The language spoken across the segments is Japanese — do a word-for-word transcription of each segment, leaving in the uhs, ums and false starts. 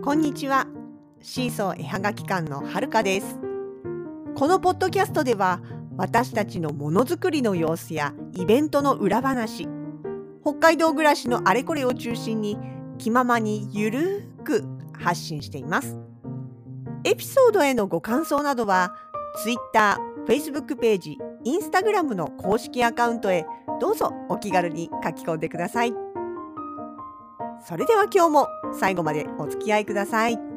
こんにちは。シーソー絵はがき館のはるかです。このポッドキャストでは、私たちのものづくりの様子やイベントの裏話、北海道暮らしのあれこれを中心に気ままにゆるーく発信しています。エピソードへのご感想などは Twitter、Facebook ページ、Instagram の公式アカウントへどうぞお気軽に書き込んでください。それでは今日も最後までお付き合いください。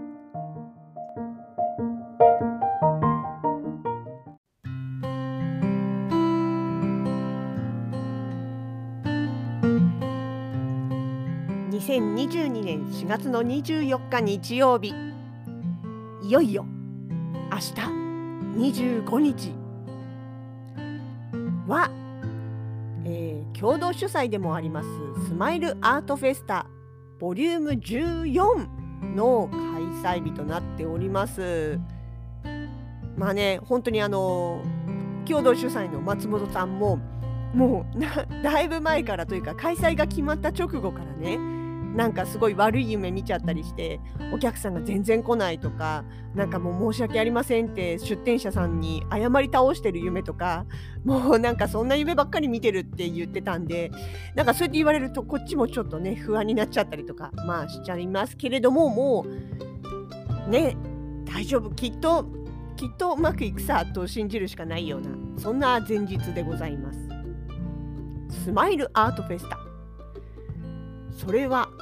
にせんにじゅうにねんしがつのにじゅうよっか日曜日、いよいよ明日にじゅうごにちは、えー、共同主催でもありますスマイルアートフェスタボリュームじゅうよんの開催日となっております。まあね、本当にあの共同主催の松本さんももうなだいぶ前からというか、開催が決まった直後からね、なんかすごい悪い夢見ちゃったりして、お客さんが全然来ないとか、なんかもう申し訳ありませんって出店者さんに謝り倒してる夢とか、もうなんかそんな夢ばっかり見てるって言ってたんで、なんかそうやって言われるとこっちもちょっとね不安になっちゃったりとかまあしちゃいますけれども、もうね大丈夫、きっときっとうまくいくさと信じるしかないような、そんな前日でございます。スマイルアートフェスタ、それは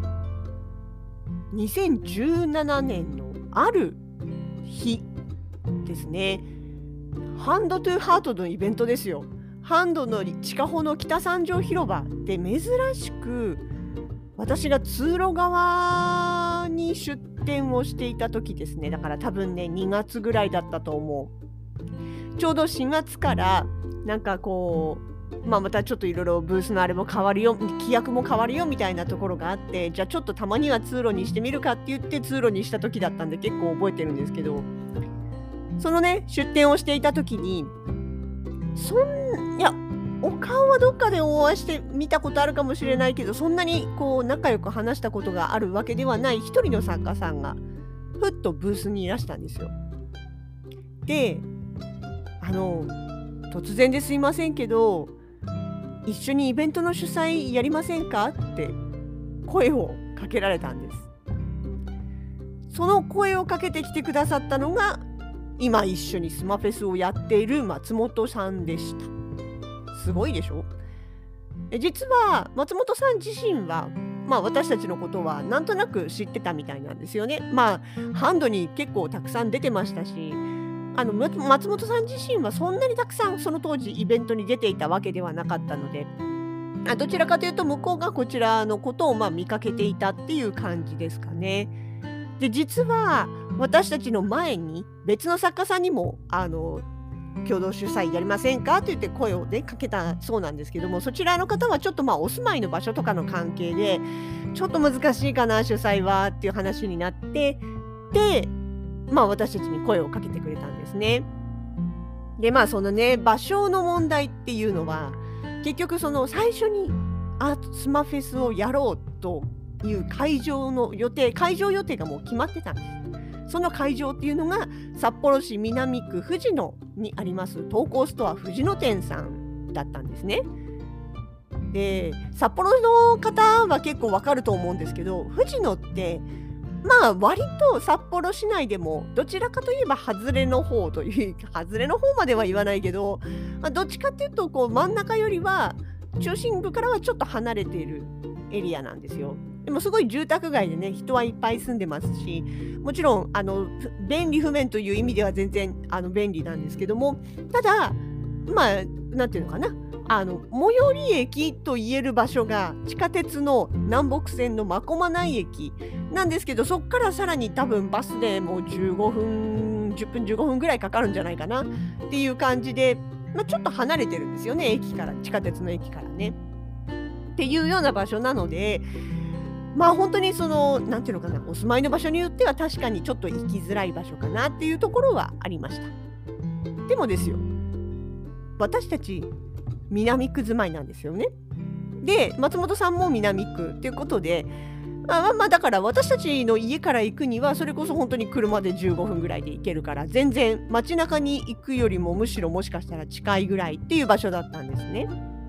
にせんじゅうななねんのある日ですね。ハンドトゥーハートのイベントですよ。ハンドの地下歩の北三条広場で珍しく、私が通路側に出店をしていた時ですね。だから多分ねにがつぐらいだったと思う。ちょうどしがつからなんかこうまあ、またちょっといろいろブースのあれも変わるよ、規約も変わるよみたいなところがあって、じゃあちょっとたまには通路にしてみるかって言って通路にした時だったんで結構覚えてるんですけど、そのね出店をしていた時に、そんいやお顔はどっかでお会いして見たことあるかもしれないけど、そんなにこう仲良く話したことがあるわけではない一人の作家さんがふっとブースにいらしたんですよ。で、あの突然ですいませんけど、一緒にイベントの主催やりませんかって声をかけられたんです。その声をかけてきてくださったのが、今一緒にスマフェスをやっている松本さんでした。すごいでしょ。え実は松本さん自身は、まあ、私たちのことはなんとなく知ってたみたいなんですよね。まあハンドに結構たくさん出てましたし、あの松本さん自身はそんなにたくさんその当時イベントに出ていたわけではなかったので、あどちらかというと向こうがこちらのことをまあ見かけていたっていう感じですかね。で実は私たちの前に別の作家さんにもあの共同主催やりませんかと言って声をねかけたそうなんですけども、そちらの方はちょっとまあお住まいの場所とかの関係でちょっと難しいかな主催はっていう話になって、でまあ私たちに声をかけてくれたんですね。でまあそのね場所の問題っていうのは、結局その最初にアートスマフェスをやろうという会場の予定会場予定がもう決まってたんです。その会場っていうのが札幌市南区藤野にあります投稿ストア藤野店さんだったんですね。で札幌の方は結構わかると思うんですけど、藤野ってまあ割と札幌市内でもどちらかといえば外れの方という外れの方までは言わないけど、まあ、どっちかっていうとこう真ん中よりは中心部からはちょっと離れているエリアなんですよ。でもすごい住宅街でね人はいっぱい住んでますし、もちろんあの便利不便という意味では全然あの便利なんですけども、ただまあなんていうのかな、あの最寄り駅と言える場所が地下鉄の南北線の真駒内駅なんですけど、そこからさらに多分バスでもうじゅうごふんじゅっぷんじゅうごふんぐらいかかるんじゃないかなっていう感じで、まあ、ちょっと離れてるんですよね、駅から、地下鉄の駅からねっていうような場所なので、まあ本当にそのなんていうのかな、お住まいの場所によっては確かにちょっと行きづらい場所かなっていうところはありました。でもですよ、私たち南区住まいなんですよね。で松本さんも南区ということで、 まあまあまあ、だから私たちの家から行くにはそれこそ本当に車でじゅうごふんぐらいで行けるから、全然街中に行くよりもむしろもしかしたら近いぐらいっていう場所だったんですね。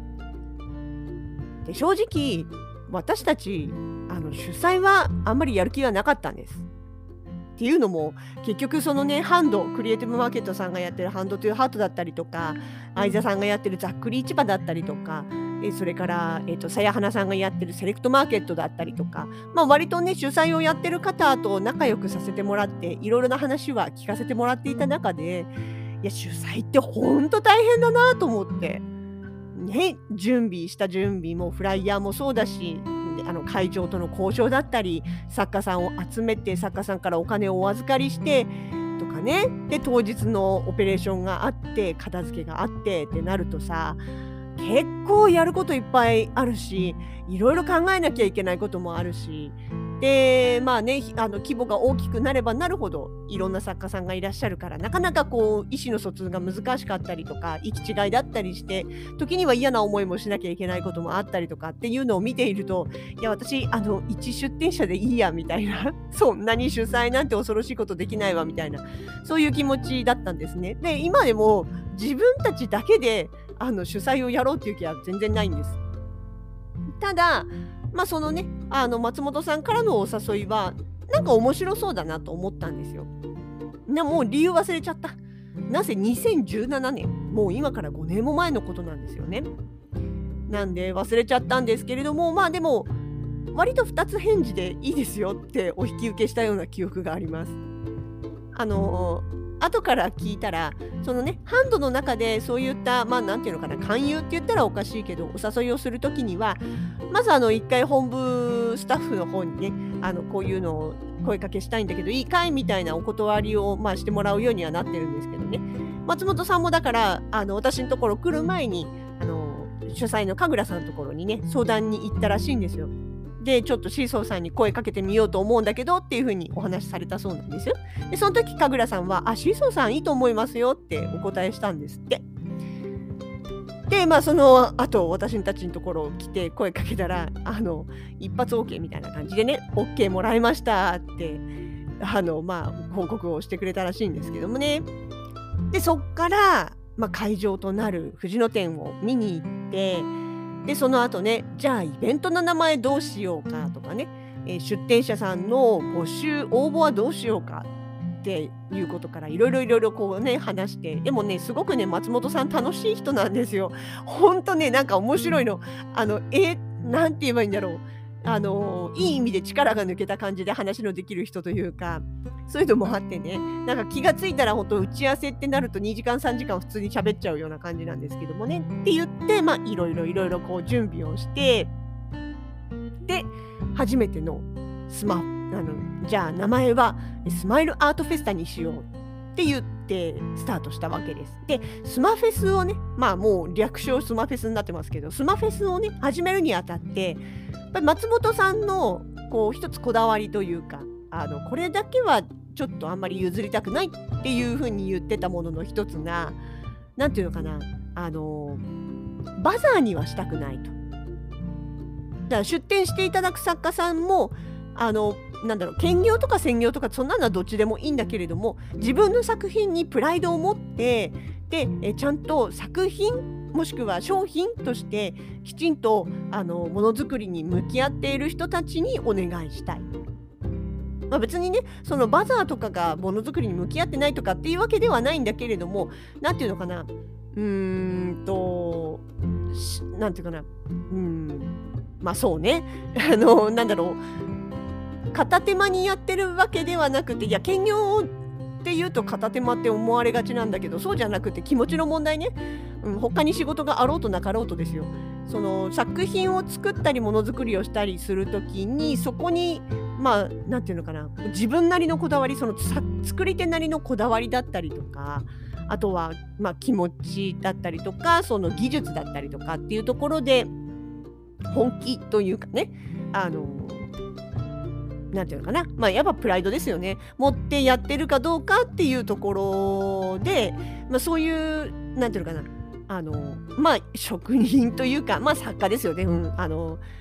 で、正直私たちあの主催はあんまりやる気がなかったんです。っていうのも結局そのね、ハンドクリエイティブマーケットさんがやってるハンドトゥーハートだったりとか、相座さんがやってるざっくり市場だったりとか、えそれから、えー、とさやはなさんがやってるセレクトマーケットだったりとか、まあ、割とね主催をやってる方と仲良くさせてもらっていろいろな話は聞かせてもらっていた中で、いや主催ってほんと大変だなと思って、ね、準備した準備もフライヤーもそうだし、あの会場との交渉だったり、作家さんを集めて作家さんからお金をお預かりしてとかね、で当日のオペレーションがあって片付けがあってってなるとさ、結構やることいっぱいあるし、いろいろ考えなきゃいけないこともあるし、でまあね、あの規模が大きくなればなるほどいろんな作家さんがいらっしゃるから、なかなかこう意思の疎通が難しかったりとか、行き違いだったりして、時には嫌な思いもしなきゃいけないこともあったりとかっていうのを見ていると、いや私あの一出店者でいいやみたいなそんなに主催なんて恐ろしいことできないわみたいな、そういう気持ちだったんですね。で今でも自分たちだけであの主催をやろうっていう気は全然ないんです。ただまあそのね、あの松本さんからのお誘いはなんか面白そうだなと思ったんですよ。なもう理由忘れちゃった。なぜにせんじゅうななねん、もう今からごねんも前のことなんですよね。なんで忘れちゃったんですけれども、まあでも割とふたつ返事でいいですよってお引き受けしたような記憶があります。あのー後から聞いたら、そのね、ハンドの中でそういった、まあなんていうのかな、勧誘って言ったらおかしいけど、お誘いをするときには、まずあの一回本部スタッフの方にね、あのこういうのを声かけしたいんだけどいいかいみたいなお断りを、まあ、してもらうようにはなってるんですけどね。松本さんもだからあの私のところ来る前にあの主催の神楽さんのところにね相談に行ったらしいんですよ。でちょっとシーソーさんに声かけてみようと思うんだけどっていう風にお話しされたそうなんですよ。でその時神楽さんはあシーソーさんいいと思いますよってお答えしたんですって。でまあその後私たちのところ来て声かけたらあの一発 OK みたいな感じでね OK もらいましたってあのまあ報告をしてくれたらしいんですけどもね。でそっから、まあ、会場となる藤野店を見に行って、でその後ねじゃあイベントの名前どうしようかとかね、えー出店者さんの募集応募はどうしようかっていうことからいろいろいろいろこうね話して、でもねすごくね松本さん楽しい人なんですよ。ほんとねなんか面白いの。あのえーなんて言えばいいんだろう。あのいい意味で力が抜けた感じで話のできる人というか、そういうのもあってね、なんか気がついたら本当打ち合わせってなるとにじかんさんじかん普通に喋っちゃうような感じなんですけどもねって言って、まあいろいろいろいろこう準備をして、で初めてのスマあのじゃあ名前はスマイルアートフェスタにしようって言ってスタートしたわけです。でスマフェスをね、まあもう略称スマフェスになってますけど、スマフェスをね始めるにあたってやっぱり松本さんのこう一つこだわりというか、あのこれだけはちょっとあんまり譲りたくないっていうふうに言ってたものの一つが、なんていうのかな、あのバザーにはしたくないと。だから出展していただく作家さんもあのなんだろう兼業とか専業とかそんなのはどっちでもいいんだけれども、自分の作品にプライドを持ってでえちゃんと作品もしくは商品としてきちんとあのものづくりに向き合っている人たちにお願いしたい。まあ、別にねそのバザーとかがものづくりに向き合ってないとかっていうわけではないんだけれども、なんていうのかな、うーんとしなんていうかな、うーんまあそうねあのなんだろう、片手間にやってるわけではなくて、いや兼業っていうと片手間って思われがちなんだけど、そうじゃなくて気持ちの問題ね、うん、他に仕事があろうとなかろうとですよ。その作品を作ったりものづくりをしたりするときにそこにまあなんていうのかな、自分なりのこだわり、そのさ作り手なりのこだわりだったりとか、あとはまあ気持ちだったりとか、その技術だったりとかっていうところで本気というかね、あのなんていうのかな、まあやっぱプライドですよね。持ってやってるかどうかっていうところで、まあそういうなんていうのかな、あのまあ職人というかまあ作家ですよね。うん、あの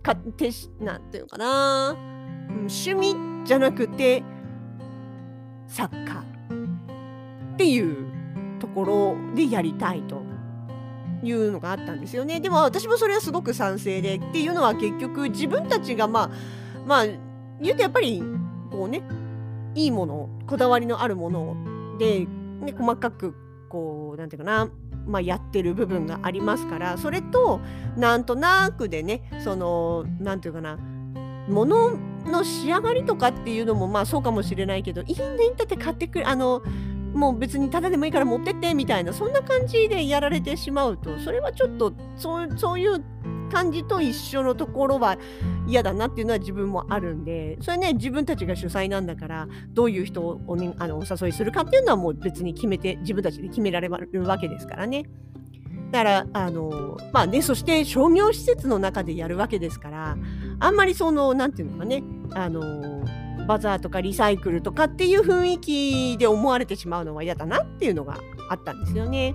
かてしなんていうのかな、うん、趣味じゃなくてサッカーっていうところでやりたいというのがあったんですよね。でも私もそれはすごく賛成で、っていうのは結局自分たちがまあまあ言うとやっぱりこうね、いいもの、こだわりのあるもので、ね、細かくこうなんていうかな、まあ、やってる部分がありますから、それとなんとなくでね、そのなんていうかな、ものの仕上がりとかっていうのもまあそうかもしれないけど、いいねだって買ってくる、あのもう別にタダでもいいから持ってってみたいな、そんな感じでやられてしまうと、それはちょっとそうそういう感じと一緒のところは嫌だなっていうのは自分もあるんで、それね、自分たちが主催なんだから、どういう人をお,、ね、あのお誘いするかっていうのはもう別に決めて、自分たちで決められるわけですからね。だからあのまあね、そして商業施設の中でやるわけですから、あんまりそのなんていうのかね、あのバザーとかリサイクルとかっていう雰囲気で思われてしまうのは嫌だなっていうのがあったんですよね。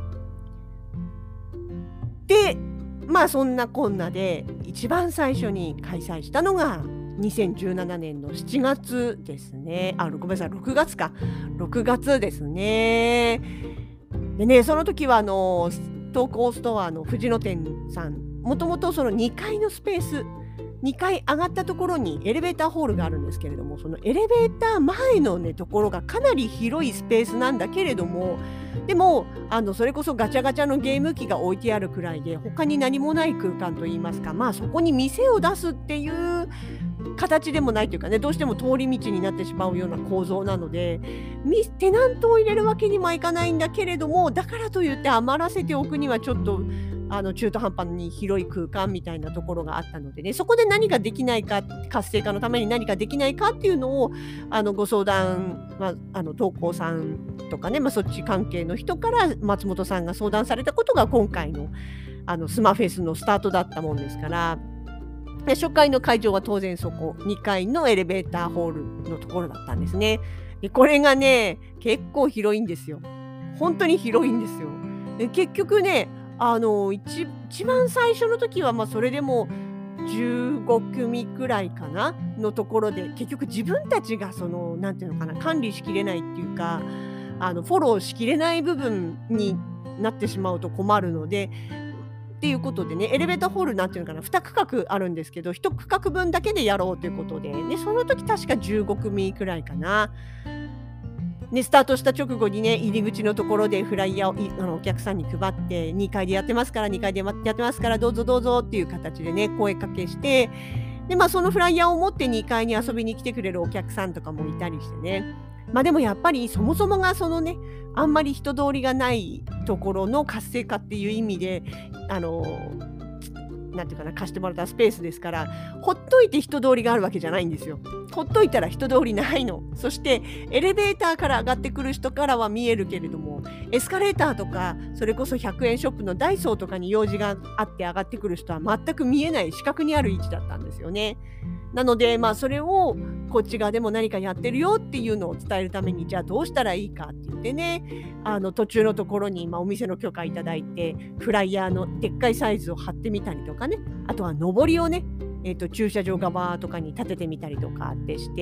で、まあそんなこんなで一番最初に開催したのがにせんじゅうななねんのしちがつですね。あ、ごめんなさい、ろくがつか。ろくがつですね。でね、その時はあの東宝ストアの藤野店さん、もともとそのにかいのスペース、にかい上がったところにエレベーターホールがあるんですけれども、そのエレベーター前のねところがかなり広いスペースなんだけれども、でもあのそれこそガチャガチャのゲーム機が置いてあるくらいで、他に何もない空間といいますか、まあそこに店を出すっていう形でもないというかね、どうしても通り道になってしまうような構造なので、テナントを入れるわけにもいかないんだけれども、だからといって余らせておくにはちょっとあの中途半端に広い空間みたいなところがあったのでね、そこで何かできないか、活性化のために何かできないかっていうのをあのご相談、まあ、あの投稿さんとかね、まあ、そっち関係の人から松本さんが相談されたことが今回のあのスマフェスのスタートだったもんですから、で初回の会場は当然そこにかいのエレベーターホールのところだったんですね。でこれがね結構広いんですよ。本当に広いんですよ。で結局ね、あの 一, 一番最初の時はまあそれでもじゅうごくみくらいかなのところで、結局自分たちがそのなんていうのかな、管理しきれないっていうか、あのフォローしきれない部分になってしまうと困るのでっていうことでね、エレベーターホールなんていうのかな、にくかくあるんですけど、いちくかくぶんだけでやろうということで、ね、その時確かじゅうごくみくらいかな。でスタートした直後にね、入り口のところでフライヤーをいあのお客さんに配って、にかいでやってますから、にかいでやってますから、どうぞどうぞっていう形でね、声かけして、で、まあ、そのフライヤーを持ってにかいに遊びに来てくれるお客さんとかもいたりしてね。まあでもやっぱりそもそもがそのね、あんまり人通りがないところの活性化っていう意味で、あのなんていうかな、貸してもらったスペースですから、ほっといて人通りがあるわけじゃないんですよ。ほっといたら人通りないの。そしてエレベーターから上がってくる人からは見えるけれども、エスカレーターとかそれこそひゃくえんショップのダイソーとかに用事があって上がってくる人は全く見えない死角にある位置だったんですよね。なのでまあそれをこっち側でも何かやってるよっていうのを伝えるために、じゃあどうしたらいいかって言ってね、あの途中のところに、まあ、お店の許可いただいてフライヤーのでっかいサイズを貼ってみたりとかね、あとは上りをね、えーと、駐車場側とかに立ててみたりとかってして、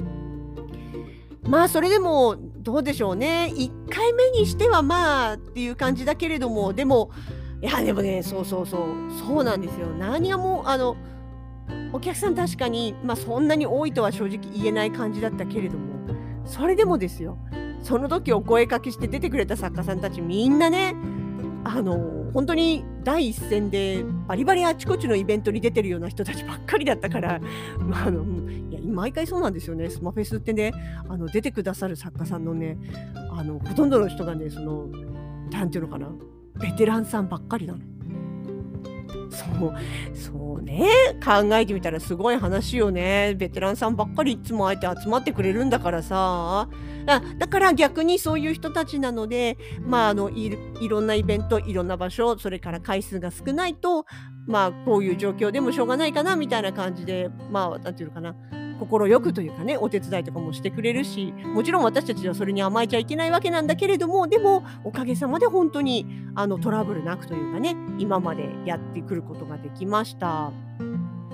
まあそれでもどうでしょうね、いっかいめにしてはまあっていう感じだけれども、でもいやでもね、そうそうそうそうなんですよ。何がもうあのお客さん確かに、まあ、そんなに多いとは正直言えない感じだったけれども、それでもですよ、その時お声かけして出てくれた作家さんたちみんなね、あの本当に第一線でバリバリあちこちのイベントに出てるような人たちばっかりだったから、まあ、あのいや毎回そうなんですよね。スマフェスってね、あの出てくださる作家さんのね、あのほとんどの人がね、そのなんていうのかな、ベテランさんばっかりなの。そうそうね、考えてみたらすごい話よね。ベテランさんばっかりいつもあえて集まってくれるんだからさ。だだから逆にそういう人たちなので、まあ、あの い, いろんなイベント、いろんな場所、それから回数が少ないと、まあこういう状況でもしょうがないかなみたいな感じで、まあなんていうのかな、心よくというかね、お手伝いとかもしてくれるし、もちろん私たちはそれに甘えちゃいけないわけなんだけれども、でもおかげさまで本当にあのトラブルなくというかね、今までやってくることができました。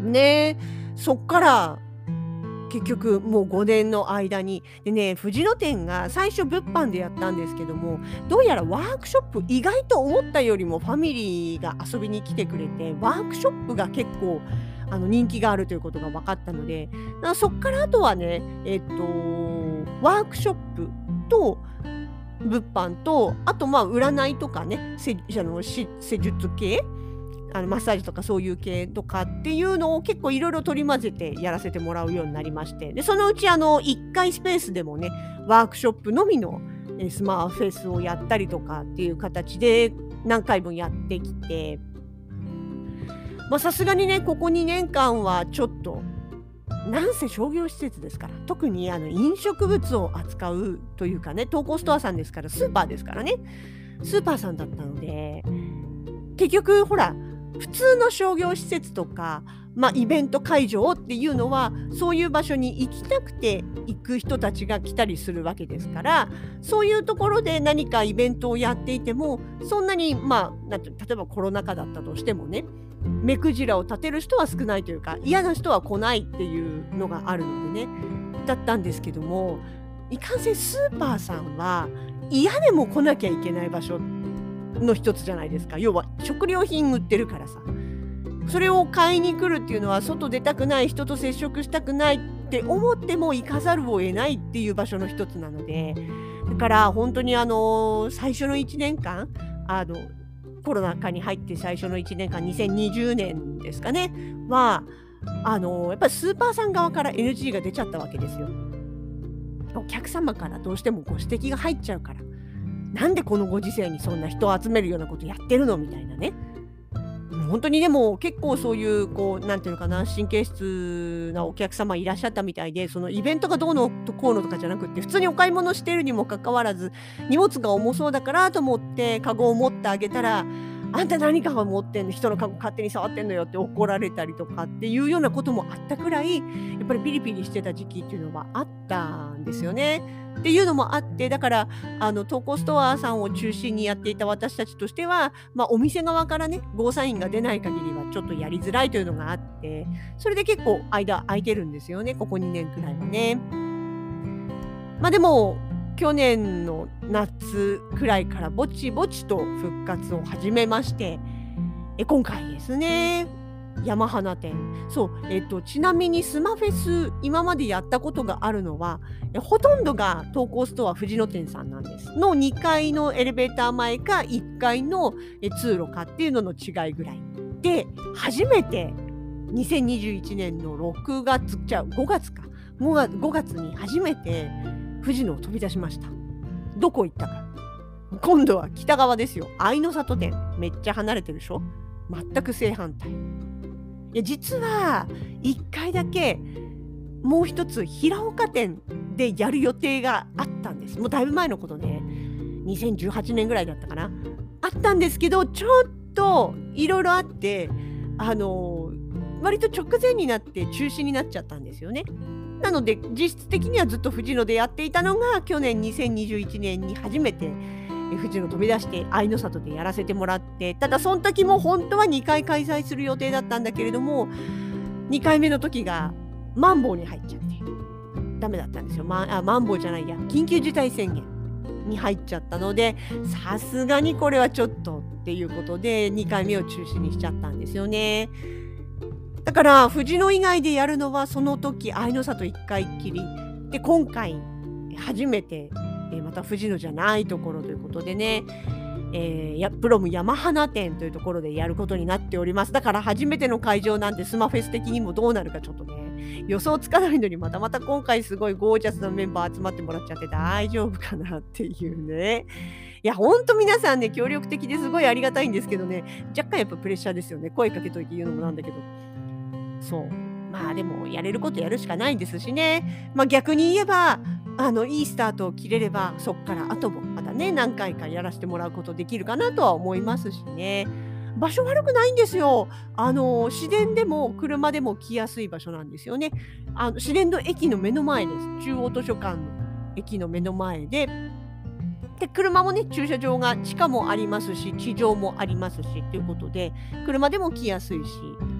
ね、そっから結局もうごねんの間に、でね、藤野店が最初物販でやったんですけども、どうやらワークショップ、意外と思ったよりもファミリーが遊びに来てくれて、ワークショップが結構あの人気があるということが分かったので、あそっからあとはね、えっと、ワークショップと物販と、あとまあ占いとかね、せあのし施術系、あのマッサージとかそういう系とかっていうのを結構いろいろ取り混ぜてやらせてもらうようになりまして、でそのうちあのいっかいスペースでもね、ワークショップのみのえースマーフェスをやったりとかっていう形で何回もやってきて、まあさすがにね、ここにねんかんはちょっと、なんせ商業施設ですから、特にあの飲食物を扱うというかね、東宝ストアさんですから、スーパーですからね、スーパーさんだったので、結局ほら、普通の商業施設とか、まあ、イベント会場っていうのはそういう場所に行きたくて行く人たちが来たりするわけですから、そういうところで何かイベントをやっていてもそんなに、まあ、なんて例えばコロナ禍だったとしてもね、目くじらを立てる人は少ないというか、嫌な人は来ないっていうのがあるのでね、だったんですけども、いかんせんスーパーさんは嫌でも来なきゃいけない場所の一つじゃないですか。要は食料品売ってるからさ、それを買いに来るっていうのは、外出たくない、人と接触したくないって思っても行かざるを得ないっていう場所の一つなので、だから本当にあの最初のいちねんかん、あのコロナ禍に入って最初のいちねんかん、にせんにじゅうねんですかねは、あのやっぱりスーパーさん側から エヌジー が出ちゃったわけですよ。お客様からどうしてもご指摘が入っちゃうから、なんでこのご時世にそんな人を集めるようなことやってるのみたいなね。本当にでも結構そういうこうなんていうのかな、神経質なお客様いらっしゃったみたいで、そのイベントがどうのとこうのとかじゃなくって、普通にお買い物してるにもかかわらず、荷物が重そうだからと思ってカゴを持ってあげたら、あんた何かが持ってんの、人のカゴ勝手に触ってんのよって怒られたりとかっていうようなこともあったくらい、やっぱりピリピリしてた時期っていうのはあったんですよね。っていうのもあって、だからあの東宝ストアさんを中心にやっていた私たちとしては、まあ、お店側からねゴーサインが出ない限りはちょっとやりづらいというのがあって、それで結構間空いてるんですよね、ここにねんくらいはね。まあでも去年の夏くらいからぼちぼちと復活を始めまして、え今回ですね、山花店、そう、えっと、ちなみにスマフェス今までやったことがあるのは、えほとんどが東宝ストア藤野店さんなんですのにかいのエレベーター前かいっかいのえ通路かっていうのの違いぐらいで、初めてにせんにじゅういちねんのろくがつじゃあごがつかごがつごがつに初めて藤野を飛び出しました。どこ行ったか、今度は北側ですよ。愛の里店、めっちゃ離れてるでしょ。全く正反対。いや実はいっかいだけもう一つ平岡店でやる予定があったんです。もうだいぶ前のことね、にせんじゅうはちねんぐらいだったかな、あったんですけど、ちょっといろいろあって、あのー、割と直前になって中止になっちゃったんですよね。なので実質的にはずっと藤野でやっていたのが、去年にせんにじゅういちねんに初めて藤野飛び出して愛の里でやらせてもらって、ただその時も本当はにかい開催する予定だったんだけれども、にかいめの時がマンボウに入っちゃってダメだったんですよ。まあ、マンボウじゃないや、緊急事態宣言に入っちゃったので、さすがにこれはちょっとっていうことでにかいめを中止にしちゃったんですよね。だから藤野以外でやるのはその時愛の里いっかいきりで、今回初めてまた藤野じゃないところということでね、えー、やプロム山花店というところでやることになっております。だから初めての会場なんで、スマフェス的にもどうなるかちょっとね予想つかないのに、またまた今回すごいゴージャスなメンバー集まってもらっちゃって大丈夫かなっていうね。いやほんと皆さんね協力的ですごいありがたいんですけどね、若干やっぱプレッシャーですよね。声かけといて言うのもなんだけど、そうまあでもやれることやるしかないんですしね。まあ逆に言えばあのいいスタートを切れれば、そっから後もまたね何回かやらせてもらうことできるかなとは思いますしね。場所悪くないんですよ。あの市電でも車でも来やすい場所なんですよね。あの市電の駅の目の前です。中央図書館の駅の目の前で、で車もね駐車場が地下もありますし地上もありますしということで、車でも来やすいし、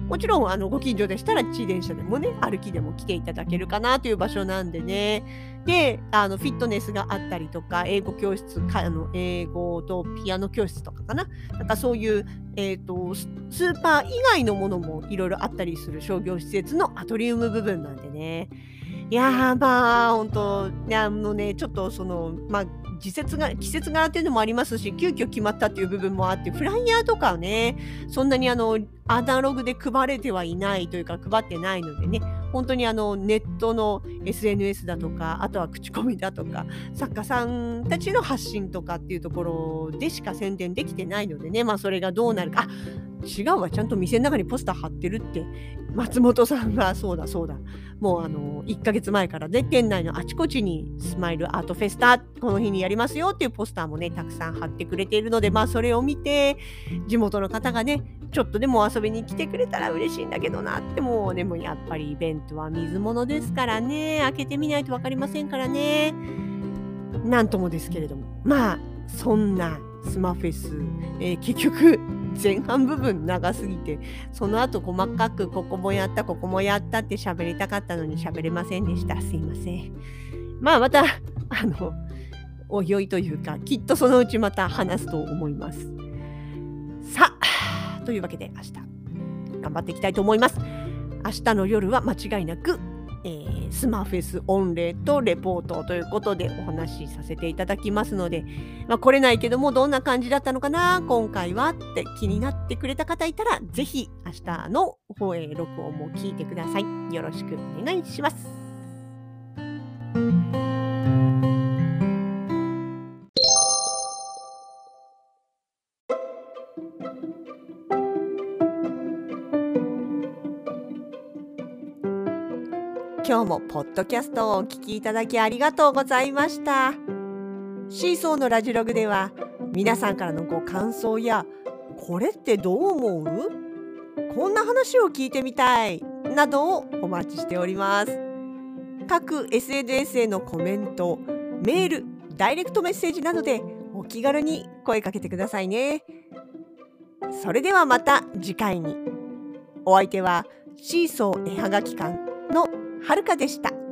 もちろんあのご近所でしたら自転車でもね、歩きでも来ていただけるかなという場所なんでね。で、あのフィットネスがあったりとか、英語教室かあの英語とピアノ教室とかかな。なんかそういう、えーと、ススーパー以外のものもいろいろあったりする商業施設のアトリウム部分なんでね。いやー、まあ、本当ね、あのね、ちょっとその、まあ、季節が季節柄っていうのもありますし、急遽決まったっていう部分もあって、フライヤーとかはね、そんなにあの、アナログで配られてはいないというか、配ってないのでね、本当にあの、ネットの エスエヌエス だとか、あとは口コミだとか、作家さんたちの発信とかっていうところでしか宣伝できてないのでね、まあ、それがどうなるか、あ、違うわ、ちゃんと店の中にポスター貼ってるって、松本さんが、そうだそうだ、もうあの、いっかげつまえからね、店内のあちこちにスマイルアートフェスタ、この日にやりますよっていうポスターもね、たくさん貼ってくれているので、まあそれを見て、地元の方がね、ちょっとでも遊びに来てくれたら嬉しいんだけどなって、もうでもやっぱりイベントは水物ですからね、開けてみないとわかりませんからね。なんともですけれども、まあ、そんなスマフェス、えー結局、前半部分長すぎて、その後細かくここもやった、ここもやったって喋りたかったのに喋れませんでした。すいません。まあまた、あの、おいおいというか、きっとそのうちまた話すと思います。さあ、というわけで明日、頑張っていきたいと思います。明日の夜は間違いなく、えー、スマフェス御礼とレポートということでお話しさせていただきますので、まあ、来れないけどもどんな感じだったのかな今回はって気になってくれた方いたら、ぜひ明日の放映録音も聞いてください。よろしくお願いします。今日もポッドキャストをお聞きいただきありがとうございました。シーソーのラジログでは皆さんからのご感想や、これってどう思う？こんな話を聞いてみたいなどをお待ちしております。各 エスエヌエス へのコメント、メール、ダイレクトメッセージなどでお気軽に声かけてくださいね。それではまた次回に。お相手はシーソー絵はがき館のはるかでした。